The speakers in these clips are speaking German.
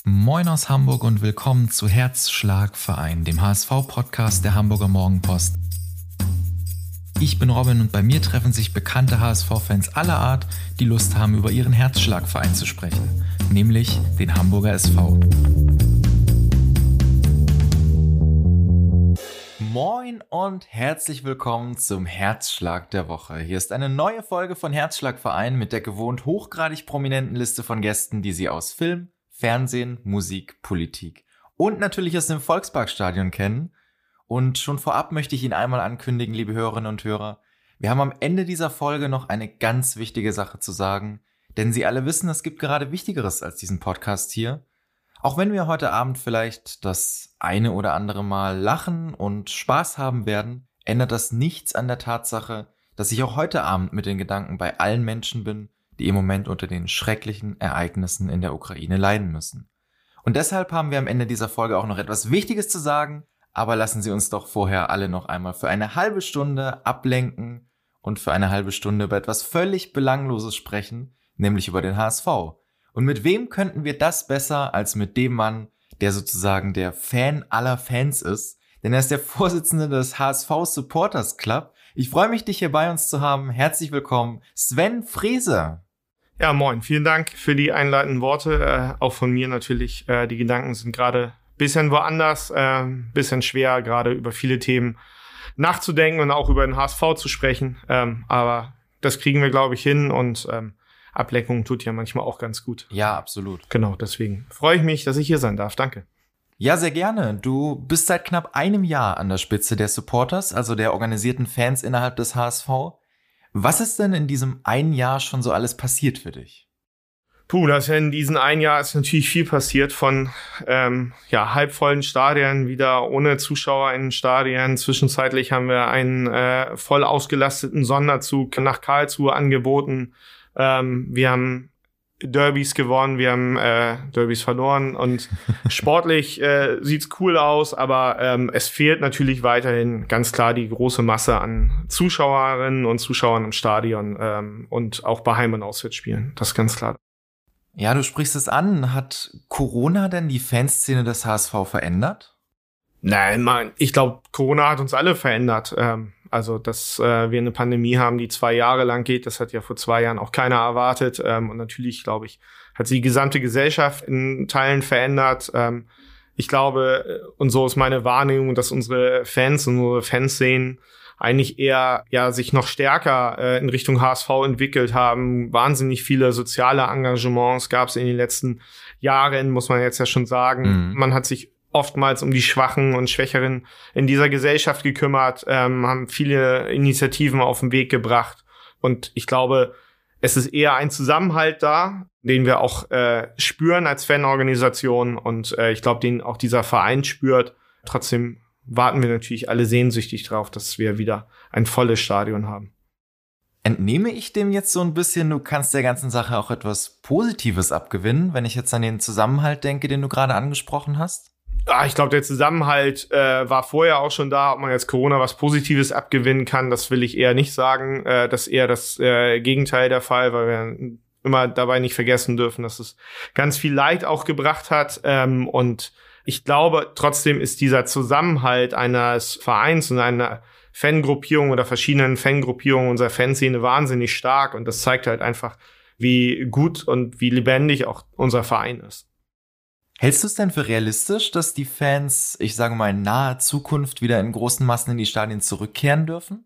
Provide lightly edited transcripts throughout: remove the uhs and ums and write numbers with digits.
Moin aus Hamburg und willkommen zu Herzschlagverein, dem HSV-Podcast der Hamburger Morgenpost. Ich bin Robin und bei mir treffen sich bekannte HSV-Fans aller Art, die Lust haben, über ihren Herzschlagverein zu sprechen, nämlich den Hamburger SV. Moin und herzlich willkommen zum Herzschlag der Woche. Hier ist eine neue Folge von Herzschlagverein mit der gewohnt hochgradig prominenten Liste von Gästen, die Sie aus Film, Fernsehen, Musik, Politik und natürlich aus dem Volksparkstadion kennen. Und schon vorab möchte ich Ihnen einmal ankündigen, liebe Hörerinnen und Hörer, wir haben am Ende dieser Folge noch eine ganz wichtige Sache zu sagen, denn Sie alle wissen, es gibt gerade Wichtigeres als diesen Podcast hier. Auch wenn wir heute Abend vielleicht das eine oder andere Mal lachen und Spaß haben werden, ändert das nichts an der Tatsache, dass ich auch heute Abend mit den Gedanken bei allen Menschen bin, die im Moment unter den schrecklichen Ereignissen in der Ukraine leiden müssen. Und deshalb haben wir am Ende dieser Folge auch noch etwas Wichtiges zu sagen, aber lassen Sie uns doch vorher alle noch einmal für eine halbe Stunde ablenken und für eine halbe Stunde über etwas völlig Belangloses sprechen, nämlich über den HSV. Und mit wem könnten wir das besser als mit dem Mann, der sozusagen der Fan aller Fans ist? Denn er ist der Vorsitzende des HSV Supporters Club. Ich freue mich, dich hier bei uns zu haben. Herzlich willkommen, Sven Frese. Ja, moin. Vielen Dank für die einleitenden Worte. Auch von mir natürlich. Die Gedanken sind gerade ein bisschen woanders, bisschen schwer, gerade über viele Themen nachzudenken und auch über den HSV zu sprechen. Aber das kriegen wir, glaube ich, hin und Ablenkung tut ja manchmal auch ganz gut. Ja, absolut. Genau, deswegen freue ich mich, dass ich hier sein darf. Danke. Ja, sehr gerne. Du bist seit knapp einem Jahr an der Spitze der Supporters, also der organisierten Fans innerhalb des HSV. Was ist denn in diesem einen Jahr schon so alles passiert für dich? In diesem einen Jahr ist natürlich viel passiert, von halbvollen Stadien, wieder ohne Zuschauer in den Stadien. Zwischenzeitlich haben wir einen voll ausgelasteten Sonderzug nach Karlsruhe angeboten. Wir haben Derbys gewonnen, wir haben Derbys verloren und sportlich sieht's cool aus, aber es fehlt natürlich weiterhin ganz klar die große Masse an Zuschauerinnen und Zuschauern im Stadion und auch bei Heim- und Auswärtsspielen. Das ist ganz klar. Ja, du sprichst es an. Hat Corona denn die Fanszene des HSV verändert? Nein, ich glaube, Corona hat uns alle verändert. Also, dass wir eine Pandemie haben, die 2 Jahre lang geht, das hat ja vor 2 Jahren auch keiner erwartet. Und natürlich, glaube ich, hat sie die gesamte Gesellschaft in Teilen verändert. Ich glaube, und so ist meine Wahrnehmung, dass unsere Fanszenen eigentlich eher sich noch stärker in Richtung HSV entwickelt haben. Wahnsinnig viele soziale Engagements gab es in den letzten Jahren, muss man jetzt ja schon sagen. Man hat sich oftmals um die Schwachen und Schwächeren in dieser Gesellschaft gekümmert, haben viele Initiativen auf den Weg gebracht. Und ich glaube, es ist eher ein Zusammenhalt da, den wir auch spüren als Fanorganisation. Und ich glaube, den auch dieser Verein spürt. Trotzdem warten wir natürlich alle sehnsüchtig drauf, dass wir wieder ein volles Stadion haben. Entnehme ich dem jetzt so ein bisschen, du kannst der ganzen Sache auch etwas Positives abgewinnen, wenn ich jetzt an den Zusammenhalt denke, den du gerade angesprochen hast? Ich glaube, der Zusammenhalt war vorher auch schon da. Ob man jetzt Corona was Positives abgewinnen kann, das will ich eher nicht sagen. Das ist eher das Gegenteil der Fall, weil wir immer dabei nicht vergessen dürfen, dass es ganz viel Leid auch gebracht hat. Und ich glaube, trotzdem ist dieser Zusammenhalt eines Vereins und einer Fangruppierung oder verschiedenen Fangruppierungen unserer Fanszene wahnsinnig stark. Und das zeigt halt einfach, wie gut und wie lebendig auch unser Verein ist. Hältst du es denn für realistisch, dass die Fans, ich sage mal, in naher Zukunft wieder in großen Massen in die Stadien zurückkehren dürfen?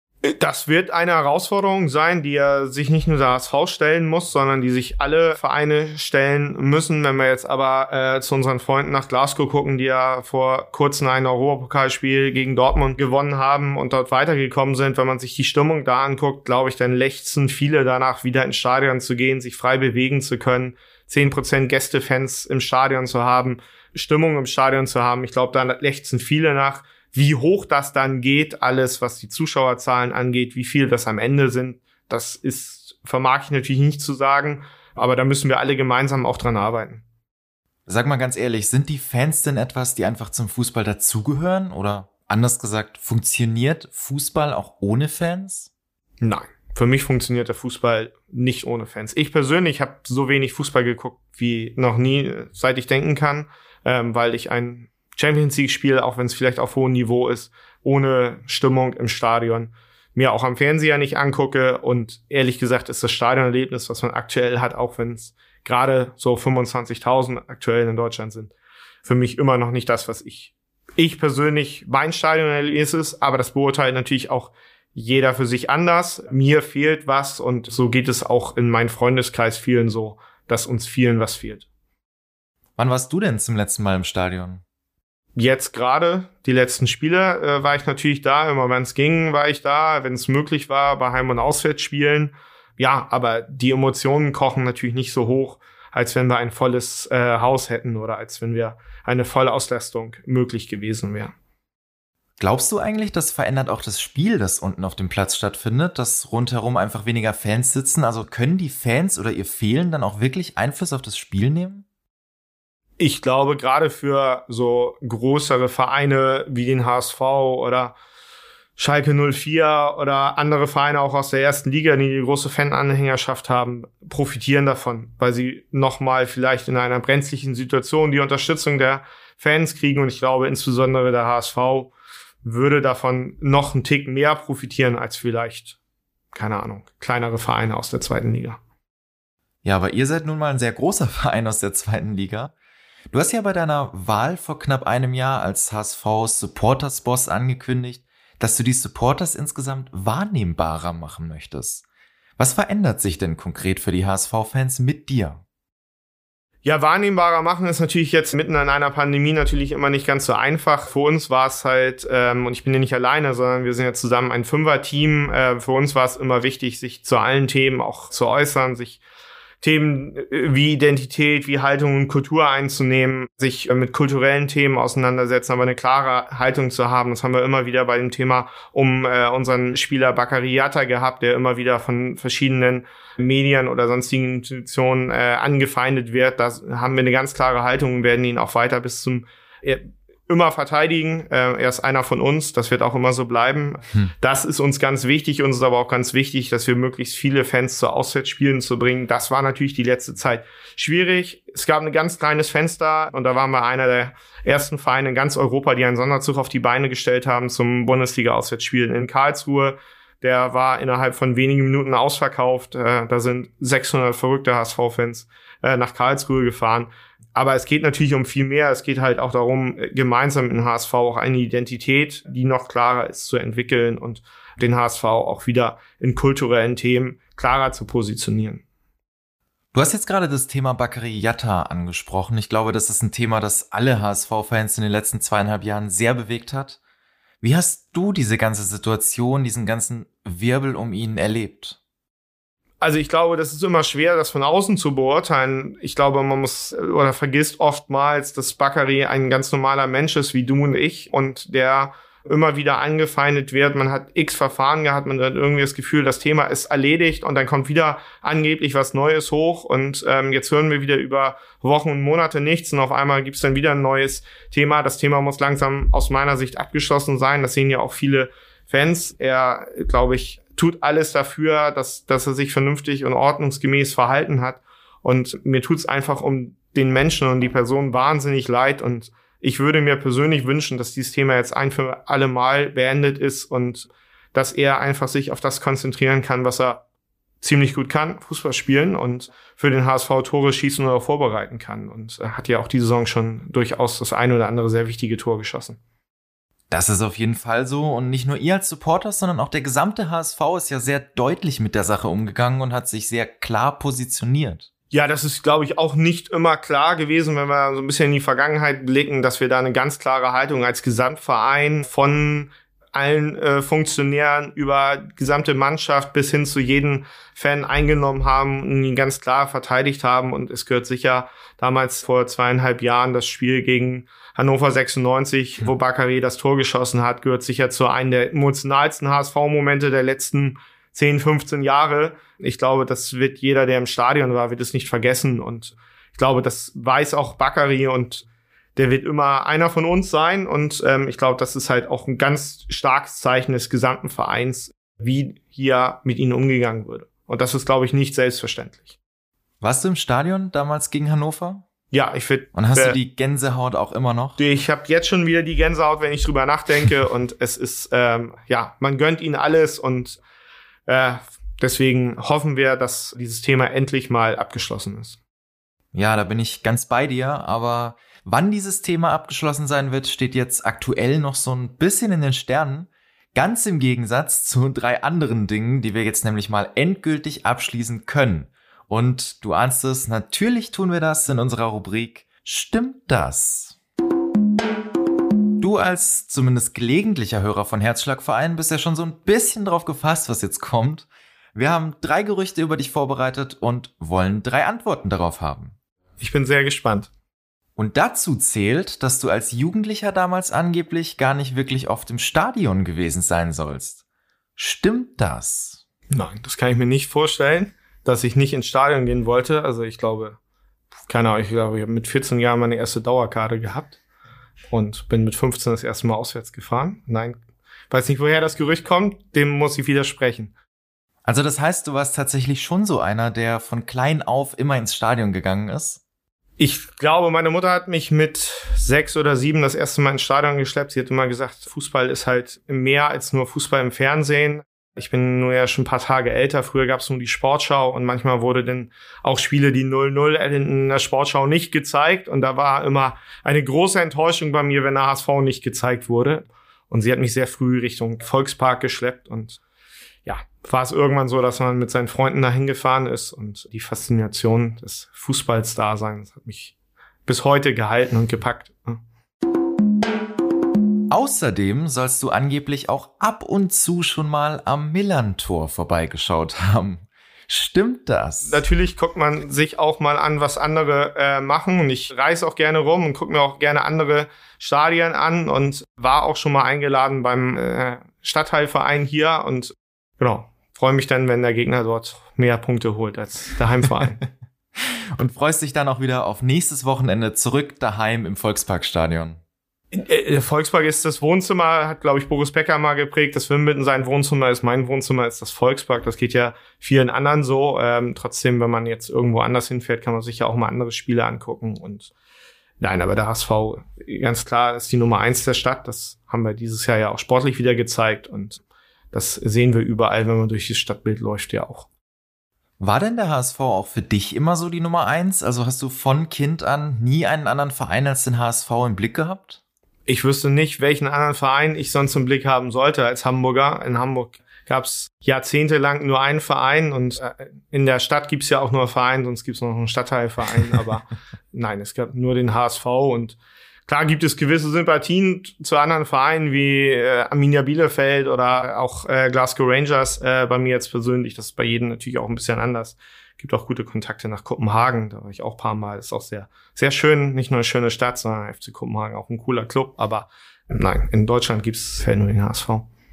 Das wird eine Herausforderung sein, die ja sich nicht nur der HSV stellen muss, sondern die sich alle Vereine stellen müssen. Wenn wir jetzt aber zu unseren Freunden nach Glasgow gucken, die ja vor kurzem ein Europapokalspiel gegen Dortmund gewonnen haben und dort weitergekommen sind, wenn man sich die Stimmung da anguckt, glaube ich, dann lechzen viele danach, wieder ins Stadion zu gehen, sich frei bewegen zu können, 10% Gästefans im Stadion zu haben, Stimmung im Stadion zu haben. Ich glaube, da lechzen viele nach. Wie hoch das dann geht, alles, was die Zuschauerzahlen angeht, wie viel das am Ende sind, vermag ich natürlich nicht zu sagen, aber da müssen wir alle gemeinsam auch dran arbeiten. Sag mal ganz ehrlich, sind die Fans denn etwas, die einfach zum Fußball dazugehören? Oder anders gesagt, funktioniert Fußball auch ohne Fans? Nein. für mich funktioniert der Fußball nicht ohne Fans. Ich persönlich habe so wenig Fußball geguckt wie noch nie, seit ich denken kann, weil ich ein Champions-League-Spiel, auch wenn es vielleicht auf hohem Niveau ist, ohne Stimmung im Stadion mir auch am Fernseher nicht angucke. Und ehrlich gesagt ist das Stadionerlebnis, was man aktuell hat, auch wenn es gerade so 25.000 aktuell in Deutschland sind, für mich immer noch nicht das, was ich persönlich mein Stadionerlebnis ist. Aber das beurteilt natürlich auch jeder für sich anders. Mir fehlt was und so geht es auch in meinem Freundeskreis vielen so, dass uns vielen was fehlt. Wann warst du denn zum letzten Mal im Stadion? Jetzt gerade, die letzten Spiele, war ich natürlich da. Immer wenn es ging, war ich da. Wenn es möglich war, bei Heim- und Auswärtsspielen. Ja, aber die Emotionen kochen natürlich nicht so hoch, als wenn wir ein volles Haus hätten oder als wenn wir eine volle Auslastung möglich gewesen wäre. Glaubst du eigentlich, das verändert auch das Spiel, das unten auf dem Platz stattfindet, dass rundherum einfach weniger Fans sitzen? Also können die Fans oder ihr Fehlen dann auch wirklich Einfluss auf das Spiel nehmen? Ich glaube, gerade für so größere Vereine wie den HSV oder Schalke 04 oder andere Vereine auch aus der ersten Liga, die eine große Fananhängerschaft haben, profitieren davon, weil sie nochmal vielleicht in einer brenzlichen Situation die Unterstützung der Fans kriegen. Und ich glaube, insbesondere der HSV würde davon noch einen Tick mehr profitieren als vielleicht, keine Ahnung, kleinere Vereine aus der zweiten Liga. Ja, aber ihr seid nun mal ein sehr großer Verein aus der zweiten Liga. Du hast ja bei deiner Wahl vor knapp einem Jahr als HSV-Supporters-Boss angekündigt, dass du die Supporters insgesamt wahrnehmbarer machen möchtest. Was verändert sich denn konkret für die HSV-Fans mit dir? Ja, wahrnehmbarer machen ist natürlich jetzt mitten in einer Pandemie natürlich immer nicht ganz so einfach. Für uns war es halt, und ich bin ja nicht alleine, sondern wir sind ja zusammen ein Fünfer-Team. Für uns war es immer wichtig, sich zu allen Themen auch zu äußern, sich Themen wie Identität, wie Haltung und Kultur einzunehmen, sich mit kulturellen Themen auseinandersetzen, aber eine klare Haltung zu haben. Das haben wir immer wieder bei dem Thema um unseren Spieler Bakary Yatta gehabt, der immer wieder von verschiedenen Medien oder sonstigen Institutionen angefeindet wird. Da haben wir eine ganz klare Haltung und werden ihn auch weiter bis zum immer verteidigen. Er ist einer von uns, das wird auch immer so bleiben. Das ist uns ganz wichtig. Uns ist aber auch ganz wichtig, dass wir möglichst viele Fans zu Auswärtsspielen zu bringen. Das war natürlich die letzte Zeit schwierig. Es gab ein ganz kleines Fenster und da waren wir einer der ersten Vereine in ganz Europa, die einen Sonderzug auf die Beine gestellt haben zum Bundesliga-Auswärtsspielen in Karlsruhe. Der war innerhalb von wenigen Minuten ausverkauft. Da sind 600 verrückte HSV-Fans nach Karlsruhe gefahren. Aber es geht natürlich um viel mehr. Es geht halt auch darum, gemeinsam mit dem HSV auch eine Identität, die noch klarer ist, zu entwickeln und den HSV auch wieder in kulturellen Themen klarer zu positionieren. Du hast jetzt gerade das Thema Bakary Yatta angesprochen. Ich glaube, das ist ein Thema, das alle HSV-Fans in den letzten 2,5 Jahren sehr bewegt hat. Wie hast du diese ganze Situation, diesen ganzen Wirbel um ihn erlebt? Also ich glaube, das ist immer schwer, das von außen zu beurteilen. Ich glaube, man muss oder vergisst oftmals, dass Bakary ein ganz normaler Mensch ist, wie du und ich, und der immer wieder angefeindet wird. Man hat x Verfahren gehabt, man hat irgendwie das Gefühl, das Thema ist erledigt und dann kommt wieder angeblich was Neues hoch und jetzt hören wir wieder über Wochen und Monate nichts und auf einmal gibt's dann wieder ein neues Thema. Das Thema muss langsam aus meiner Sicht abgeschlossen sein. Das sehen ja auch viele Fans. Er, glaube ich, tut alles dafür, dass er sich vernünftig und ordnungsgemäß verhalten hat. Und mir tut's einfach um den Menschen und die Person wahnsinnig leid. Und ich würde mir persönlich wünschen, dass dieses Thema jetzt ein für alle Mal beendet ist und dass er einfach sich auf das konzentrieren kann, was er ziemlich gut kann, Fußball spielen und für den HSV Tore schießen oder vorbereiten kann. Und er hat ja auch diese Saison schon durchaus das eine oder andere sehr wichtige Tor geschossen. Das ist auf jeden Fall so und nicht nur ihr als Supporters, sondern auch der gesamte HSV ist ja sehr deutlich mit der Sache umgegangen und hat sich sehr klar positioniert. Ja, das ist, glaube ich, auch nicht immer klar gewesen, wenn wir so ein bisschen in die Vergangenheit blicken, dass wir da eine ganz klare Haltung als Gesamtverein von allen Funktionären über die gesamte Mannschaft bis hin zu jedem Fan eingenommen haben und ihn ganz klar verteidigt haben. Und es gehört sicher damals vor 2,5 Jahren das Spiel gegen Hannover 96, wo Bakary das Tor geschossen hat, gehört sicher zu einem der emotionalsten HSV-Momente der letzten 10, 15 Jahre. Ich glaube, das wird jeder, der im Stadion war, wird es nicht vergessen. Und ich glaube, das weiß auch Bakary und der wird immer einer von uns sein. Und ich glaube, das ist halt auch ein ganz starkes Zeichen des gesamten Vereins, wie hier mit ihnen umgegangen würde. Und das ist, glaube ich, nicht selbstverständlich. Warst du im Stadion damals gegen Hannover? Ja, ich finde. Und hast du die Gänsehaut auch immer noch? Ich habe jetzt schon wieder die Gänsehaut, wenn ich drüber nachdenke. Und es ist, man gönnt ihnen alles. Und deswegen hoffen wir, dass dieses Thema endlich mal abgeschlossen ist. Ja, da bin ich ganz bei dir. Aber wann dieses Thema abgeschlossen sein wird, steht jetzt aktuell noch so ein bisschen in den Sternen. Ganz im Gegensatz zu 3 anderen Dingen, die wir jetzt nämlich mal endgültig abschließen können. Und du ahnst es, natürlich tun wir das in unserer Rubrik Stimmt das? Du als zumindest gelegentlicher Hörer von Herzschlagverein bist ja schon so ein bisschen drauf gefasst, was jetzt kommt. Wir haben 3 Gerüchte über dich vorbereitet und wollen 3 Antworten darauf haben. Ich bin sehr gespannt. Und dazu zählt, dass du als Jugendlicher damals angeblich gar nicht wirklich oft im Stadion gewesen sein sollst. Stimmt das? Nein, das kann ich mir nicht vorstellen, dass ich nicht ins Stadion gehen wollte. Also ich glaube, ich habe mit 14 Jahren meine erste Dauerkarte gehabt und bin mit 15 das erste Mal auswärts gefahren. Nein, weiß nicht, woher das Gerücht kommt, dem muss ich widersprechen. Also das heißt, du warst tatsächlich schon so einer, der von klein auf immer ins Stadion gegangen ist? Ich glaube, meine Mutter hat mich mit 6 oder 7 das erste Mal ins Stadion geschleppt. Sie hat immer gesagt, Fußball ist halt mehr als nur Fußball im Fernsehen. Ich bin nur ja schon ein paar Tage älter. Früher gab es nur die Sportschau und manchmal wurde dann auch Spiele, die 0-0 in der Sportschau nicht gezeigt. Und da war immer eine große Enttäuschung bei mir, wenn der HSV nicht gezeigt wurde. Und sie hat mich sehr früh Richtung Volkspark geschleppt. Und ja, war es irgendwann so, dass man mit seinen Freunden dahin gefahren ist. Und die Faszination des Fußballsdaseins hat mich bis heute gehalten und gepackt. Außerdem sollst du angeblich auch ab und zu schon mal am Millern-Tor vorbeigeschaut haben. Stimmt das? Natürlich guckt man sich auch mal an, was andere machen. Und ich reise auch gerne rum und gucke mir auch gerne andere Stadien an und war auch schon mal eingeladen beim Stadtteilverein hier. Und genau, freue mich dann, wenn der Gegner dort mehr Punkte holt als der Heimverein. Und freust dich dann auch wieder auf nächstes Wochenende zurück daheim im Volksparkstadion. Der Volkspark ist das Wohnzimmer, hat, glaube ich, Boris Becker mal geprägt. Das Wimbledon sein Wohnzimmer ist, mein Wohnzimmer ist das Volkspark. Das geht ja vielen anderen so. Trotzdem, wenn man jetzt irgendwo anders hinfährt, kann man sich ja auch mal andere Spiele angucken. Und nein, aber der HSV, ganz klar, ist die Nummer 1 der Stadt. Das haben wir dieses Jahr ja auch sportlich wieder gezeigt. Und das sehen wir überall, wenn man durch das Stadtbild läuft, ja auch. War denn der HSV auch für dich immer so die Nummer 1? Also hast du von Kind an nie einen anderen Verein als den HSV im Blick gehabt? Ich wüsste nicht, welchen anderen Verein ich sonst im Blick haben sollte als Hamburger. In Hamburg gab es jahrzehntelang nur einen Verein und in der Stadt gibt's ja auch nur einen Verein, sonst gibt's noch einen Stadtteilverein. Aber nein, es gab nur den HSV und klar gibt es gewisse Sympathien zu anderen Vereinen wie Arminia Bielefeld oder auch Glasgow Rangers. Bei mir jetzt persönlich, das ist bei jedem natürlich auch ein bisschen anders. Gibt auch gute Kontakte nach Kopenhagen, da war ich auch ein paar Mal. Ist auch sehr, sehr schön, nicht nur eine schöne Stadt, sondern FC Kopenhagen auch ein cooler Club. Aber nein, in Deutschland gibt's halt nur den HSV.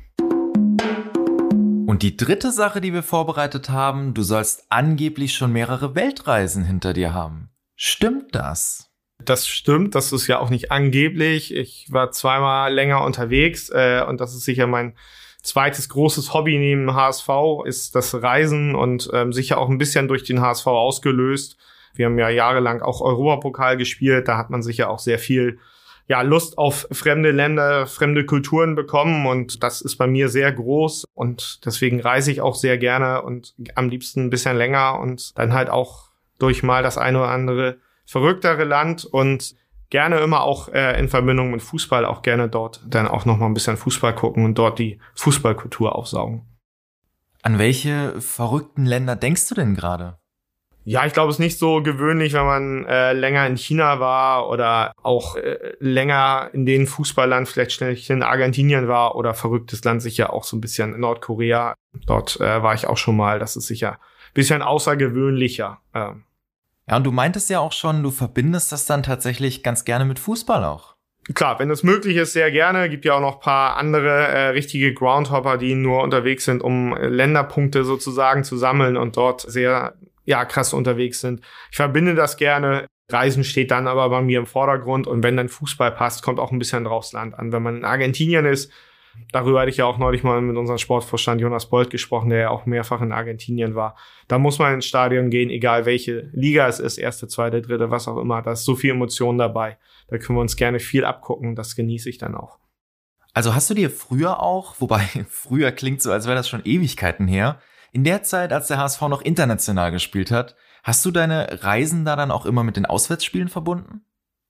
Und die dritte Sache, die wir vorbereitet haben, du sollst angeblich schon mehrere Weltreisen hinter dir haben. Stimmt das? Das stimmt, das ist ja auch nicht angeblich. Ich war 2-mal länger unterwegs und das ist sicher mein zweites großes Hobby neben dem HSV, ist das Reisen und sicher auch ein bisschen durch den HSV ausgelöst. Wir haben ja jahrelang auch Europapokal gespielt, da hat man sicher auch sehr viel Lust auf fremde Länder, fremde Kulturen bekommen und das ist bei mir sehr groß und deswegen reise ich auch sehr gerne und am liebsten ein bisschen länger und dann halt auch durch mal das eine oder andere verrücktere Land und gerne immer auch in Verbindung mit Fußball, auch gerne dort dann auch noch mal ein bisschen Fußball gucken und dort die Fußballkultur aufsaugen. An welche verrückten Länder denkst du denn gerade? Ja, ich glaube, es ist nicht so gewöhnlich, wenn man länger in China war oder auch länger in den Fußballland, vielleicht schnell in Argentinien war oder verrücktes Land sicher auch so ein bisschen in Nordkorea. Dort war ich auch schon mal, das ist sicher ein bisschen außergewöhnlicher. Ja, und du meintest ja auch schon, du verbindest das dann tatsächlich ganz gerne mit Fußball auch. Klar, wenn das möglich ist, sehr gerne. Gibt ja auch noch ein paar andere richtige Groundhopper, die nur unterwegs sind, um Länderpunkte sozusagen zu sammeln und dort sehr krass unterwegs sind. Ich verbinde das gerne. Reisen steht dann aber bei mir im Vordergrund und wenn dann Fußball passt, kommt auch ein bisschen draufs Land an. Wenn man in Argentinien ist, Darüber hatte ich ja auch neulich mal mit unserem Sportvorstand Jonas Bold gesprochen, der ja auch mehrfach in Argentinien war. Da muss man ins Stadion gehen, egal welche Liga es ist, erste, zweite, dritte, was auch immer. Da ist so viel Emotion dabei. Da können wir uns gerne viel abgucken. Das genieße ich dann auch. Also hast du dir früher auch, wobei früher klingt so, als wäre das schon Ewigkeiten her, in der Zeit, als der HSV noch international gespielt hat, hast du deine Reisen da dann auch immer mit den Auswärtsspielen verbunden?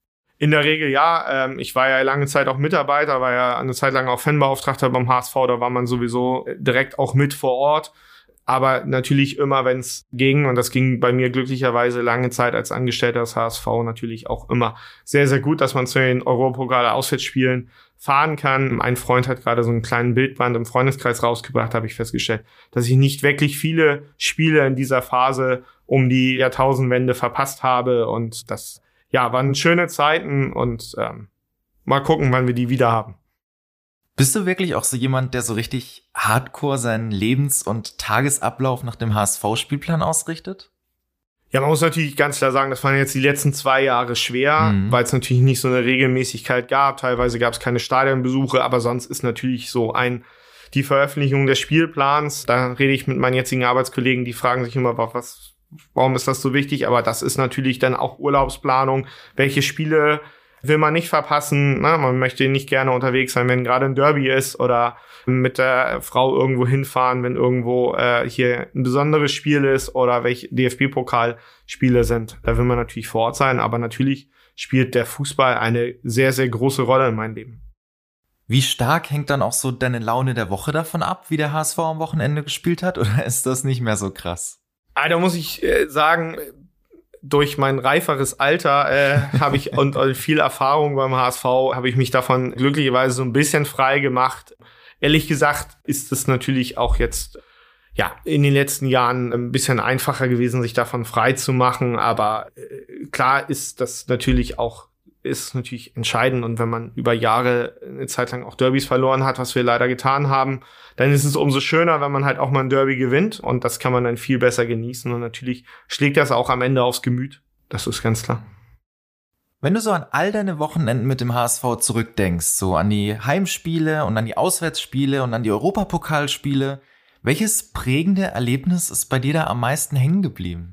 In der Regel ja. Ich war ja lange Zeit auch Mitarbeiter, war ja eine Zeit lang auch Fanbeauftragter beim HSV. Da war man sowieso direkt auch mit vor Ort. Aber natürlich immer, wenn es ging, und das ging bei mir glücklicherweise lange Zeit als Angestellter des HSV natürlich auch immer sehr, sehr gut, dass man zu den Europapokal-Auswärtsspielen fahren kann. Ein Freund hat gerade so einen kleinen Bildband im Freundeskreis rausgebracht, habe ich festgestellt, dass ich nicht wirklich viele Spiele in dieser Phase um die Jahrtausendwende verpasst habe. Und das waren schöne Zeiten und mal gucken, wann wir die wieder haben. Bist du wirklich auch so jemand, der so richtig hardcore seinen Lebens- und Tagesablauf nach dem HSV-Spielplan ausrichtet? Ja, man muss natürlich ganz klar sagen, das waren jetzt die letzten 2 Jahre schwer, weil es natürlich nicht so eine Regelmäßigkeit gab. Teilweise gab es keine Stadionbesuche, aber sonst ist natürlich so die Veröffentlichung des Spielplans. Da rede ich mit meinen jetzigen Arbeitskollegen, die fragen sich immer, warum ist das so wichtig? Aber das ist natürlich dann auch Urlaubsplanung. Welche Spiele will man nicht verpassen? Na, man möchte nicht gerne unterwegs sein, wenn gerade ein Derby ist, oder mit der Frau irgendwo hinfahren, wenn irgendwo hier ein besonderes Spiel ist oder welche DFB-Pokalspiele sind. Da will man natürlich vor Ort sein, aber natürlich spielt der Fußball eine sehr, sehr große Rolle in meinem Leben. Wie stark hängt dann auch so deine Laune der Woche davon ab, wie der HSV am Wochenende gespielt hat, oder ist das nicht mehr so krass? Da muss ich sagen, durch mein reiferes Alter habe ich und viel Erfahrung beim HSV, habe ich mich davon glücklicherweise so ein bisschen frei gemacht. Ehrlich gesagt ist es natürlich auch jetzt in den letzten Jahren ein bisschen einfacher gewesen, sich davon frei zu machen. Aber klar ist das natürlich natürlich entscheidend. Und wenn man über Jahre eine Zeit lang auch Derbys verloren hat, was wir leider getan haben, dann ist es umso schöner, wenn man halt auch mal ein Derby gewinnt. Und das kann man dann viel besser genießen. Und natürlich schlägt das auch am Ende aufs Gemüt. Das ist ganz klar. Wenn du so an all deine Wochenenden mit dem HSV zurückdenkst, so an die Heimspiele und an die Auswärtsspiele und an die Europapokalspiele, welches prägende Erlebnis ist bei dir da am meisten hängen geblieben?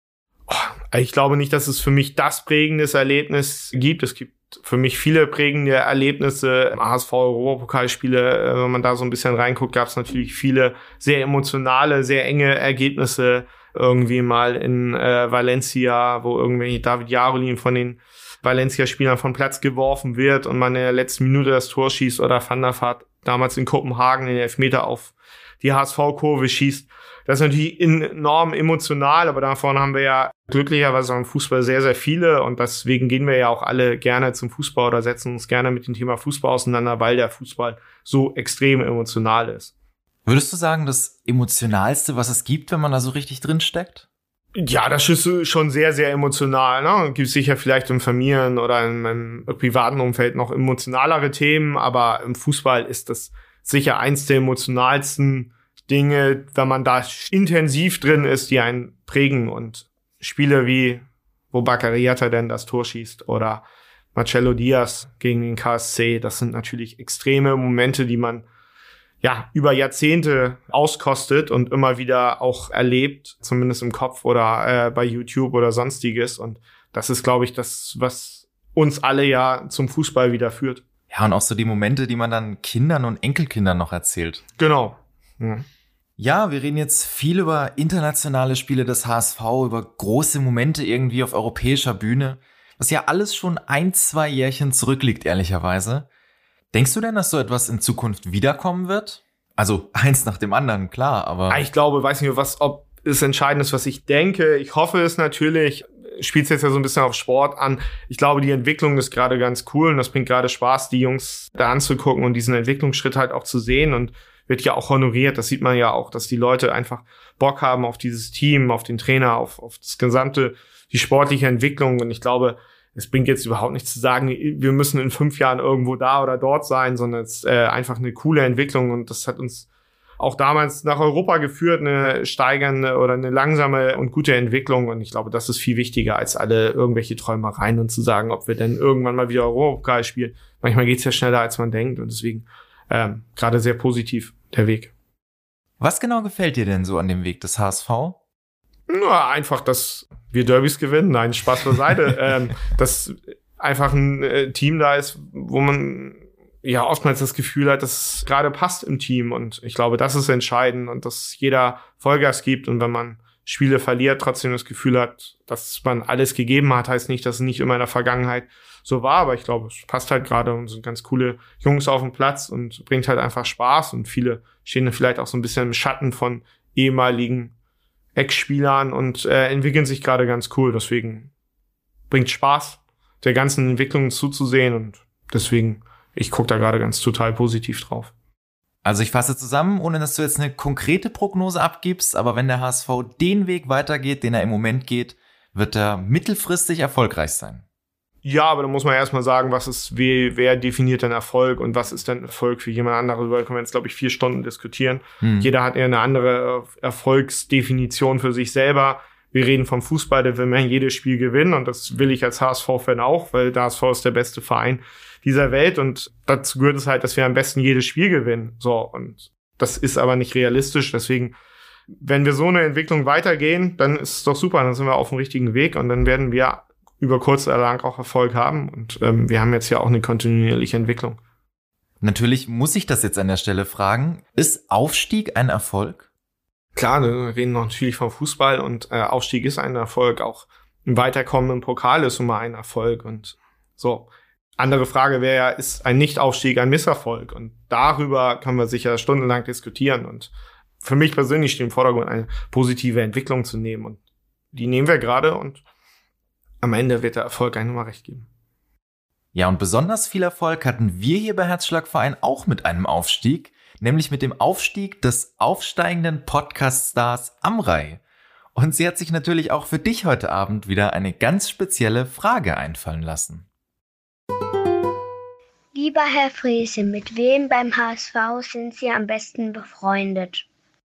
Ich glaube nicht, dass es für mich das prägendes Erlebnis gibt. Es gibt für mich viele prägende Erlebnisse. HSV-Europapokalspiele, wenn man da so ein bisschen reinguckt, gab es natürlich viele sehr emotionale, sehr enge Ergebnisse. Irgendwie mal in Valencia, wo irgendwie David Jarolím von den Valencia-Spielern von Platz geworfen wird und man in der letzten Minute das Tor schießt, oder Van der Vaart damals in Kopenhagen den Elfmeter auf die HSV-Kurve schießt. Das ist natürlich enorm emotional, aber davon haben wir ja glücklicherweise im Fußball sehr, sehr viele, und deswegen gehen wir ja auch alle gerne zum Fußball oder setzen uns gerne mit dem Thema Fußball auseinander, weil der Fußball so extrem emotional ist. Würdest du sagen, das Emotionalste, was es gibt, wenn man da so richtig drin steckt? Ja, das ist schon sehr, sehr emotional. Ne? Gibt sicher vielleicht im Familien- oder im privaten Umfeld noch emotionalere Themen, aber im Fußball ist das sicher eins der emotionalsten Dinge, wenn man da intensiv drin ist, die einen prägen. Und Spiele wie, wo Bakary Yatteren das Tor schießt oder Marcelo Diaz gegen den KSC, das sind natürlich extreme Momente, die man über Jahrzehnte auskostet und immer wieder auch erlebt, zumindest im Kopf oder bei YouTube oder sonstiges. Und das ist, glaube ich, das, was uns alle ja zum Fußball wieder führt. Ja, und auch so die Momente, die man dann Kindern und Enkelkindern noch erzählt. Genau. Ja, wir reden jetzt viel über internationale Spiele des HSV, über große Momente irgendwie auf europäischer Bühne, was ja alles schon 1-2 Jährchen zurückliegt, ehrlicherweise. Denkst du denn, dass so etwas in Zukunft wiederkommen wird? Also eins nach dem anderen, klar, aber... Ich glaube, weiß nicht, ob es entscheidend ist, was ich denke. Ich hoffe es natürlich. Spielt es jetzt ja so ein bisschen auf Sport an. Ich glaube, die Entwicklung ist gerade ganz cool und das bringt gerade Spaß, die Jungs da anzugucken und diesen Entwicklungsschritt halt auch zu sehen, und wird ja auch honoriert. Das sieht man ja auch, dass die Leute einfach Bock haben auf dieses Team, auf den Trainer, auf das gesamte, die sportliche Entwicklung. Und ich glaube, es bringt jetzt überhaupt nichts zu sagen, wir müssen in 5 Jahren irgendwo da oder dort sein, sondern es ist einfach eine coole Entwicklung, und das hat uns auch damals nach Europa geführt, eine steigernde oder eine langsame und gute Entwicklung. Und ich glaube, das ist viel wichtiger als alle irgendwelche Träumereien und zu sagen, ob wir denn irgendwann mal wieder Europapokal spielen. Manchmal geht's ja schneller, als man denkt, und deswegen gerade sehr positiv, der Weg. Was genau gefällt dir denn so an dem Weg des HSV? Nur einfach, dass wir Derbys gewinnen. Nein, Spaß beiseite. Dass einfach ein Team da ist, wo man ja oftmals das Gefühl hat, dass es gerade passt im Team. Und ich glaube, das ist entscheidend und dass jeder Vollgas gibt. Und wenn man Spiele verliert, trotzdem das Gefühl hat, dass man alles gegeben hat, heißt nicht, dass es nicht immer in der Vergangenheit so war. Aber ich glaube, es passt halt gerade und sind ganz coole Jungs auf dem Platz und bringt halt einfach Spaß. Und viele stehen dann vielleicht auch so ein bisschen im Schatten von ehemaligen Ex-Spielern und entwickeln sich gerade ganz cool. Deswegen bringt Spaß, der ganzen Entwicklung zuzusehen. Und deswegen, ich gucke da gerade ganz total positiv drauf. Also ich fasse zusammen, ohne dass du jetzt eine konkrete Prognose abgibst, aber wenn der HSV den Weg weitergeht, den er im Moment geht, wird er mittelfristig erfolgreich sein. Ja, aber da muss man erstmal sagen, wer definiert denn Erfolg und was ist denn Erfolg für jemand anderes? Darüber können wir jetzt, glaube ich, 4 Stunden diskutieren. Jeder hat ja eine andere Erfolgsdefinition für sich selber. Wir reden vom Fußball, der will man jedes Spiel gewinnen und das will ich als HSV-Fan auch, weil der HSV ist der beste Verein dieser Welt und dazu gehört es halt, dass wir am besten jedes Spiel gewinnen. So, und das ist aber nicht realistisch, deswegen, wenn wir so eine Entwicklung weitergehen, dann ist es doch super, dann sind wir auf dem richtigen Weg und dann werden wir über kurz oder lang auch Erfolg haben und wir haben jetzt ja auch eine kontinuierliche Entwicklung. Natürlich muss ich das jetzt an der Stelle fragen, ist Aufstieg ein Erfolg? Klar, wir reden natürlich vom Fußball und Aufstieg ist ein Erfolg, auch ein Weiterkommen im Pokal ist immer ein Erfolg und so. Andere Frage wäre ja, ist ein Nicht-Aufstieg ein Misserfolg? Und darüber kann man sicher stundenlang diskutieren und für mich persönlich steht im Vordergrund, eine positive Entwicklung zu nehmen und die nehmen wir gerade und am Ende wird der Erfolg einem immer recht geben. Ja, und besonders viel Erfolg hatten wir hier bei Herzschlagverein auch mit einem Aufstieg, nämlich mit dem Aufstieg des aufsteigenden Podcast-Stars Amrei. Und sie hat sich natürlich auch für dich heute Abend wieder eine ganz spezielle Frage einfallen lassen. Lieber Herr Frese, mit wem beim HSV sind Sie am besten befreundet?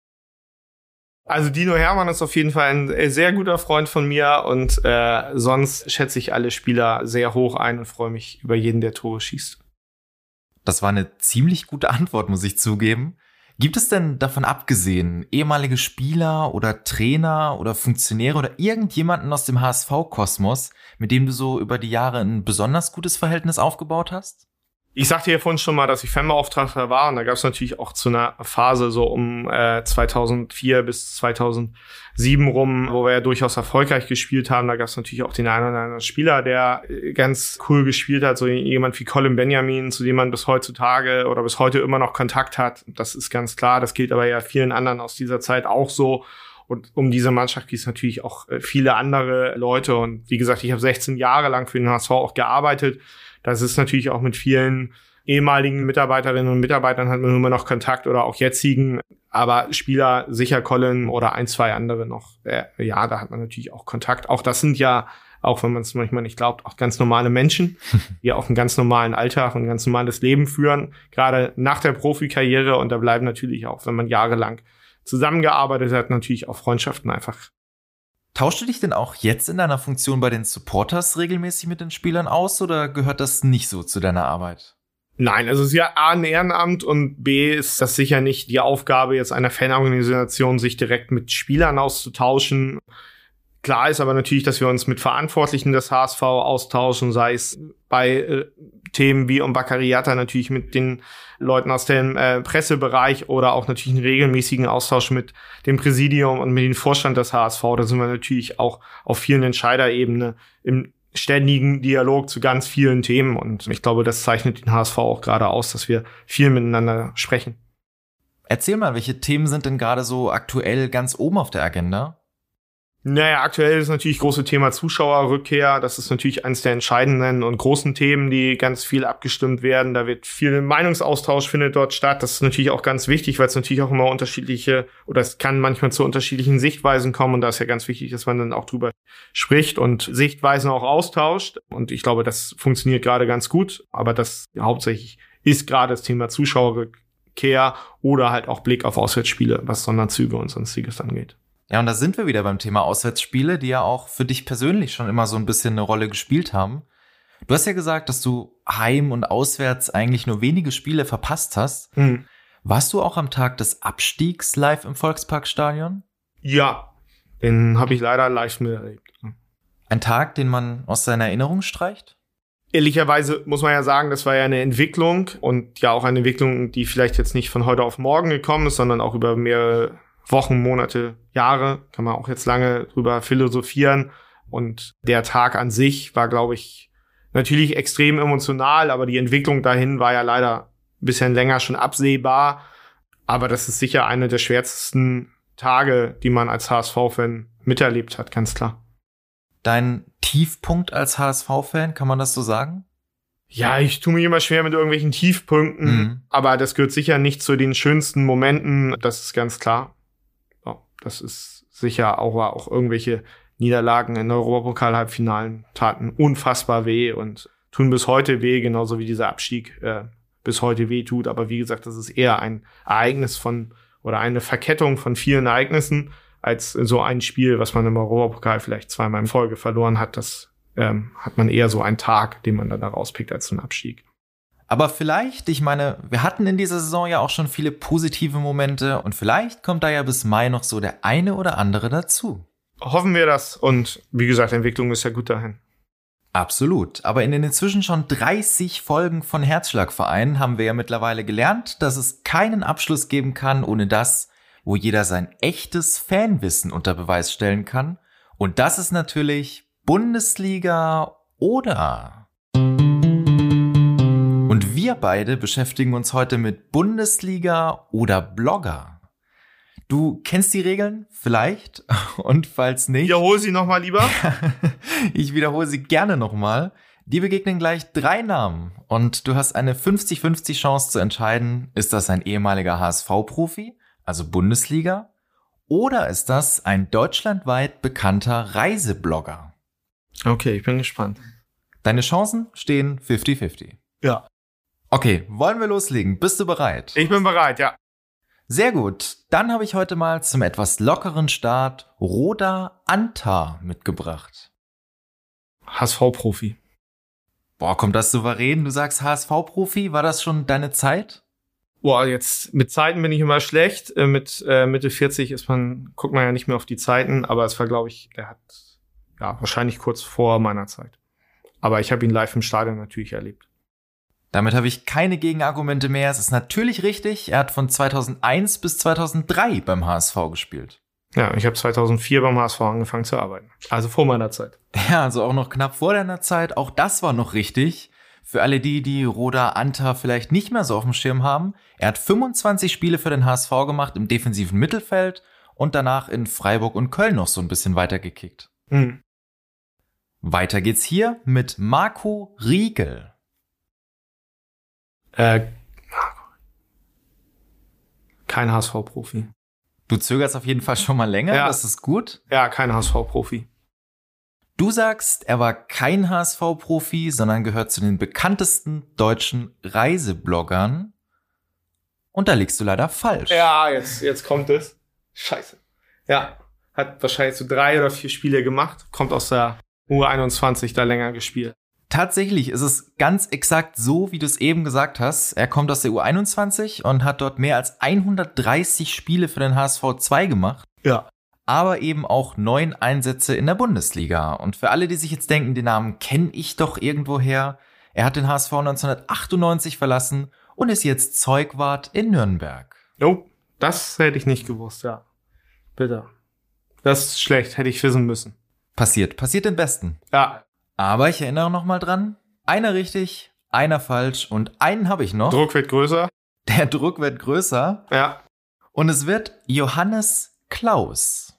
Also Dino Hermann ist auf jeden Fall ein sehr guter Freund von mir und sonst schätze ich alle Spieler sehr hoch ein und freue mich über jeden, der Tore schießt. Das war eine ziemlich gute Antwort, muss ich zugeben. Gibt es denn davon abgesehen ehemalige Spieler oder Trainer oder Funktionäre oder irgendjemanden aus dem HSV-Kosmos, mit dem du so über die Jahre ein besonders gutes Verhältnis aufgebaut hast? Ich sagte ja vorhin schon mal, dass ich Fanbeauftragter war und da gab es natürlich auch zu einer Phase so um 2004 bis 2007 rum, wo wir ja durchaus erfolgreich gespielt haben. Da gab es natürlich auch den einen oder anderen Spieler, der ganz cool gespielt hat, so jemand wie Colin Benjamin, zu dem man bis heutzutage oder bis heute immer noch Kontakt hat. Das ist ganz klar, das gilt aber ja vielen anderen aus dieser Zeit auch so. Und um diese Mannschaft gibt es natürlich auch viele andere Leute. Und wie gesagt, ich habe 16 Jahre lang für den HSV auch gearbeitet. Das ist natürlich auch mit vielen ehemaligen Mitarbeiterinnen und Mitarbeitern hat man immer noch Kontakt oder auch jetzigen. Aber Spieler, sicher Colin oder 1, 2 andere noch. Ja, da hat man natürlich auch Kontakt. Auch das sind ja, auch wenn man es manchmal nicht glaubt, auch ganz normale Menschen, die auch einen ganz normalen Alltag und ein ganz normales Leben führen. Gerade nach der Profikarriere. Und da bleiben natürlich auch, wenn man jahrelang zusammengearbeitet hat, natürlich auch Freundschaften einfach. Tauschst du dich denn auch jetzt in deiner Funktion bei den Supporters regelmäßig mit den Spielern aus oder gehört das nicht so zu deiner Arbeit? Nein, also es ist ja A, ein Ehrenamt und B, ist das sicher nicht die Aufgabe jetzt einer Fanorganisation, sich direkt mit Spielern auszutauschen. Klar ist aber natürlich, dass wir uns mit Verantwortlichen des HSV austauschen, sei es bei Themen wie um Baccariata natürlich mit den Leuten aus dem Pressebereich oder auch natürlich einen regelmäßigen Austausch mit dem Präsidium und mit dem Vorstand des HSV. Da sind wir natürlich auch auf vielen Entscheiderebenen im ständigen Dialog zu ganz vielen Themen. Und ich glaube, das zeichnet den HSV auch gerade aus, dass wir viel miteinander sprechen. Erzähl mal, welche Themen sind denn gerade so aktuell ganz oben auf der Agenda? Naja, aktuell ist natürlich große Thema Zuschauerrückkehr. Das ist natürlich eines der entscheidenden und großen Themen, die ganz viel abgestimmt werden. Da wird viel Meinungsaustausch findet dort statt. Das ist natürlich auch ganz wichtig, weil es natürlich auch immer unterschiedliche oder es kann manchmal zu unterschiedlichen Sichtweisen kommen. Und da ist ja ganz wichtig, dass man dann auch drüber spricht und Sichtweisen auch austauscht. Und ich glaube, das funktioniert gerade ganz gut. Aber das hauptsächlich ist gerade das Thema Zuschauerrückkehr oder halt auch Blick auf Auswärtsspiele, was Sonderzüge und Sonstiges angeht. Ja, und da sind wir wieder beim Thema Auswärtsspiele, die ja auch für dich persönlich schon immer so ein bisschen eine Rolle gespielt haben. Du hast ja gesagt, dass du heim und auswärts eigentlich nur wenige Spiele verpasst hast. Warst du auch am Tag des Abstiegs live im Volksparkstadion? Ja, den habe ich leider live miterlebt. Ein Tag, den man aus seiner Erinnerung streicht? Ehrlicherweise muss man ja sagen, das war ja eine Entwicklung und ja auch eine Entwicklung, die vielleicht jetzt nicht von heute auf morgen gekommen ist, sondern auch über mehrere Wochen, Monate, Jahre. Kann man auch jetzt lange drüber philosophieren. Und der Tag an sich war, glaube ich, natürlich extrem emotional, aber die Entwicklung dahin war ja leider ein bisschen länger schon absehbar. Aber das ist sicher eine der schwärzesten Tage, die man als HSV-Fan miterlebt hat, ganz klar. Dein Tiefpunkt als HSV-Fan, kann man das so sagen? Ja, ich tue mich immer schwer mit irgendwelchen Tiefpunkten, aber das gehört sicher nicht zu den schönsten Momenten, das ist ganz klar. Ja, das ist sicher auch irgendwelche Niederlagen in Europapokal-Halbfinalen taten unfassbar weh und tun bis heute weh, genauso wie dieser Abstieg bis heute weh tut. Aber wie gesagt, das ist eher ein Ereignis oder eine Verkettung von vielen Ereignissen als so ein Spiel, was man im Europapokal vielleicht zweimal in Folge verloren hat. Das hat man eher so einen Tag, den man dann da rauspickt als so einen Abstieg. Aber vielleicht, ich meine, wir hatten in dieser Saison ja auch schon viele positive Momente und vielleicht kommt da ja bis Mai noch so der eine oder andere dazu. Hoffen wir das und wie gesagt, Entwicklung ist ja gut dahin. Absolut, aber in den inzwischen schon 30 Folgen von Herzschlagverein haben wir ja mittlerweile gelernt, dass es keinen Abschluss geben kann ohne das, wo jeder sein echtes Fanwissen unter Beweis stellen kann. Und das ist natürlich Bundesliga oder. Und wir beide beschäftigen uns heute mit Bundesliga oder Blogger. Du kennst die Regeln? Vielleicht. Und falls nicht. Wiederhol sie nochmal lieber. Ich wiederhole sie gerne nochmal. Die begegnen gleich 3 Namen. Und du hast eine 50-50 Chance zu entscheiden, ist das ein ehemaliger HSV-Profi, also Bundesliga, oder ist das ein deutschlandweit bekannter Reiseblogger? Okay, ich bin gespannt. Deine Chancen stehen 50-50. Ja. Okay, wollen wir loslegen? Bist du bereit? Ich bin bereit, ja. Sehr gut. Dann habe ich heute mal zum etwas lockeren Start Roda Anta mitgebracht. HSV-Profi. Boah, kommt das souverän? Du sagst HSV-Profi. War das schon deine Zeit? Boah, jetzt mit Zeiten bin ich immer schlecht. Mit Mitte 40 guckt man ja nicht mehr auf die Zeiten, aber es war, glaube ich, der hat wahrscheinlich kurz vor meiner Zeit. Aber ich habe ihn live im Stadion natürlich erlebt. Damit habe ich keine Gegenargumente mehr. Es ist natürlich richtig. Er hat von 2001 bis 2003 beim HSV gespielt. Ja, ich habe 2004 beim HSV angefangen zu arbeiten. Also vor meiner Zeit. Ja, also auch noch knapp vor deiner Zeit. Auch das war noch richtig. Für alle die Roda Anta vielleicht nicht mehr so auf dem Schirm haben. Er hat 25 Spiele für den HSV gemacht im defensiven Mittelfeld und danach in Freiburg und Köln noch so ein bisschen weitergekickt. Weiter geht's hier mit Marco Riegel. Kein HSV-Profi. Du zögerst auf jeden Fall schon mal länger, ja. Das ist gut. Ja, kein HSV-Profi. Du sagst, er war kein HSV-Profi, sondern gehört zu den bekanntesten deutschen Reisebloggern. Und da liegst du leider falsch. Ja, jetzt kommt es. Scheiße. Ja, hat wahrscheinlich so 3 oder 4 Spiele gemacht. Kommt aus der U21 da länger gespielt. Tatsächlich ist es ganz exakt so, wie du es eben gesagt hast. Er kommt aus der U21 und hat dort mehr als 130 Spiele für den HSV 2 gemacht. Ja. Aber eben auch 9 Einsätze in der Bundesliga. Und für alle, die sich jetzt denken, den Namen kenne ich doch irgendwoher. Er hat den HSV 1998 verlassen und ist jetzt Zeugwart in Nürnberg. Oh, das hätte ich nicht gewusst, ja. Bitte. Das ist schlecht, hätte ich wissen müssen. Passiert den Besten. Ja. Aber ich erinnere noch mal dran, einer richtig, einer falsch und einen habe ich noch. Druck wird größer. Der Druck wird größer. Ja. Und es wird Johannes Klaus.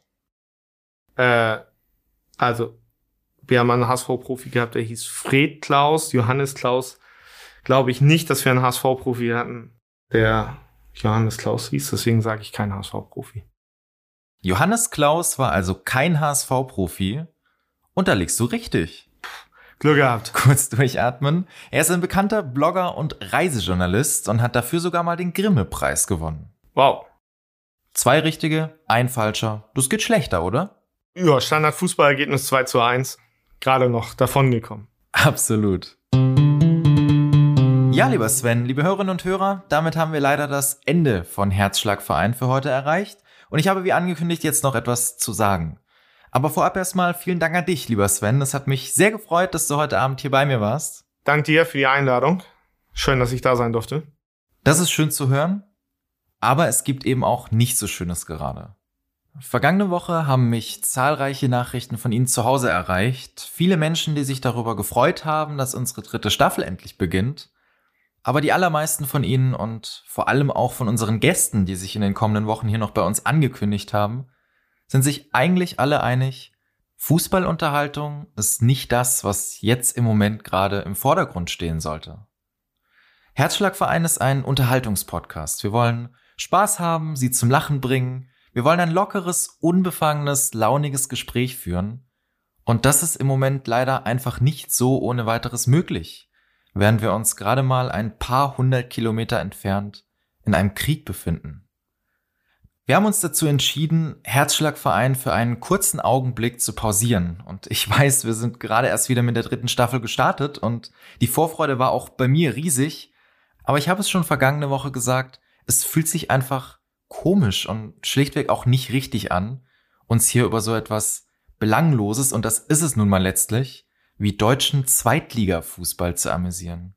Also, wir haben einen HSV-Profi gehabt, der hieß Fred Klaus, Johannes Klaus. Glaube ich nicht, dass wir einen HSV-Profi hatten, der Johannes Klaus hieß. Deswegen sage ich kein HSV-Profi. Johannes Klaus war also kein HSV-Profi. Und da liegst du richtig. Glück gehabt. Kurz durchatmen. Er ist ein bekannter Blogger und Reisejournalist und hat dafür sogar mal den Grimme-Preis gewonnen. Wow. 2 richtige, ein falscher. Das geht schlechter, oder? Ja, Standard-Fußballergebnis 2:1. Gerade noch davon gekommen. Absolut. Ja, lieber Sven, liebe Hörerinnen und Hörer, damit haben wir leider das Ende von Herzschlagverein für heute erreicht. Und ich habe wie angekündigt jetzt noch etwas zu sagen. Aber vorab erstmal vielen Dank an dich, lieber Sven. Es hat mich sehr gefreut, dass du heute Abend hier bei mir warst. Dank dir für die Einladung. Schön, dass ich da sein durfte. Das ist schön zu hören, aber es gibt eben auch nicht so Schönes gerade. Vergangene Woche haben mich zahlreiche Nachrichten von Ihnen zu Hause erreicht. Viele Menschen, die sich darüber gefreut haben, dass unsere 3. Staffel endlich beginnt. Aber die allermeisten von Ihnen und vor allem auch von unseren Gästen, die sich in den kommenden Wochen hier noch bei uns angekündigt haben, sind sich eigentlich alle einig, Fußballunterhaltung ist nicht das, was jetzt im Moment gerade im Vordergrund stehen sollte. Herzschlagverein ist ein Unterhaltungspodcast. Wir wollen Spaß haben, Sie zum Lachen bringen. Wir wollen ein lockeres, unbefangenes, launiges Gespräch führen. Und das ist im Moment leider einfach nicht so ohne weiteres möglich, während wir uns gerade mal ein paar 100 Kilometer entfernt in einem Krieg befinden. Wir haben uns dazu entschieden, Herzschlagverein für einen kurzen Augenblick zu pausieren. Und ich weiß, wir sind gerade erst wieder mit der 3. Staffel gestartet und die Vorfreude war auch bei mir riesig. Aber ich habe es schon vergangene Woche gesagt, es fühlt sich einfach komisch und schlichtweg auch nicht richtig an, uns hier über so etwas Belangloses, und das ist es nun mal letztlich, wie deutschen Zweitliga-Fußball zu amüsieren.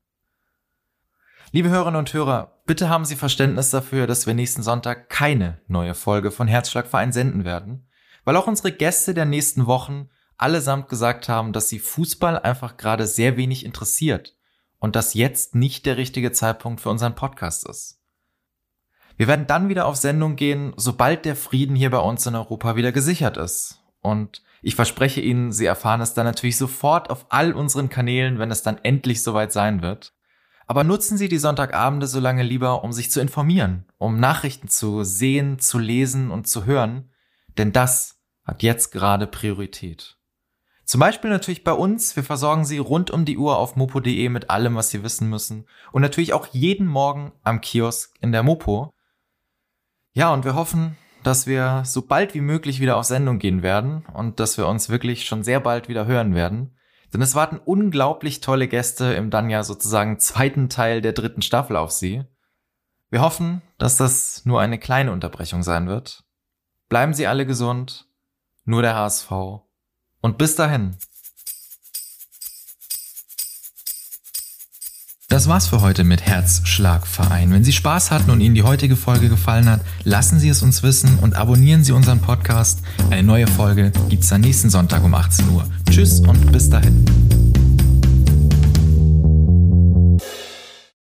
Liebe Hörerinnen und Hörer, bitte haben Sie Verständnis dafür, dass wir nächsten Sonntag keine neue Folge von Herzschlagverein senden werden, weil auch unsere Gäste der nächsten Wochen allesamt gesagt haben, dass sie Fußball einfach gerade sehr wenig interessiert und dass jetzt nicht der richtige Zeitpunkt für unseren Podcast ist. Wir werden dann wieder auf Sendung gehen, sobald der Frieden hier bei uns in Europa wieder gesichert ist. Und ich verspreche Ihnen, Sie erfahren es dann natürlich sofort auf all unseren Kanälen, wenn es dann endlich soweit sein wird. Aber nutzen Sie die Sonntagabende so lange lieber, um sich zu informieren, um Nachrichten zu sehen, zu lesen und zu hören, denn das hat jetzt gerade Priorität. Zum Beispiel natürlich bei uns, wir versorgen Sie rund um die Uhr auf mopo.de mit allem, was Sie wissen müssen, und natürlich auch jeden Morgen am Kiosk in der Mopo. Ja, und wir hoffen, dass wir so bald wie möglich wieder auf Sendung gehen werden und dass wir uns wirklich schon sehr bald wieder hören werden. Denn es warten unglaublich tolle Gäste im dann ja sozusagen 2. Teil der 3. Staffel auf Sie. Wir hoffen, dass das nur eine kleine Unterbrechung sein wird. Bleiben Sie alle gesund, nur der HSV, und bis dahin. Das war's für heute mit Herzschlagverein. Wenn Sie Spaß hatten und Ihnen die heutige Folge gefallen hat, lassen Sie es uns wissen und abonnieren Sie unseren Podcast. Eine neue Folge gibt's dann nächsten Sonntag um 18 Uhr. Tschüss und bis dahin.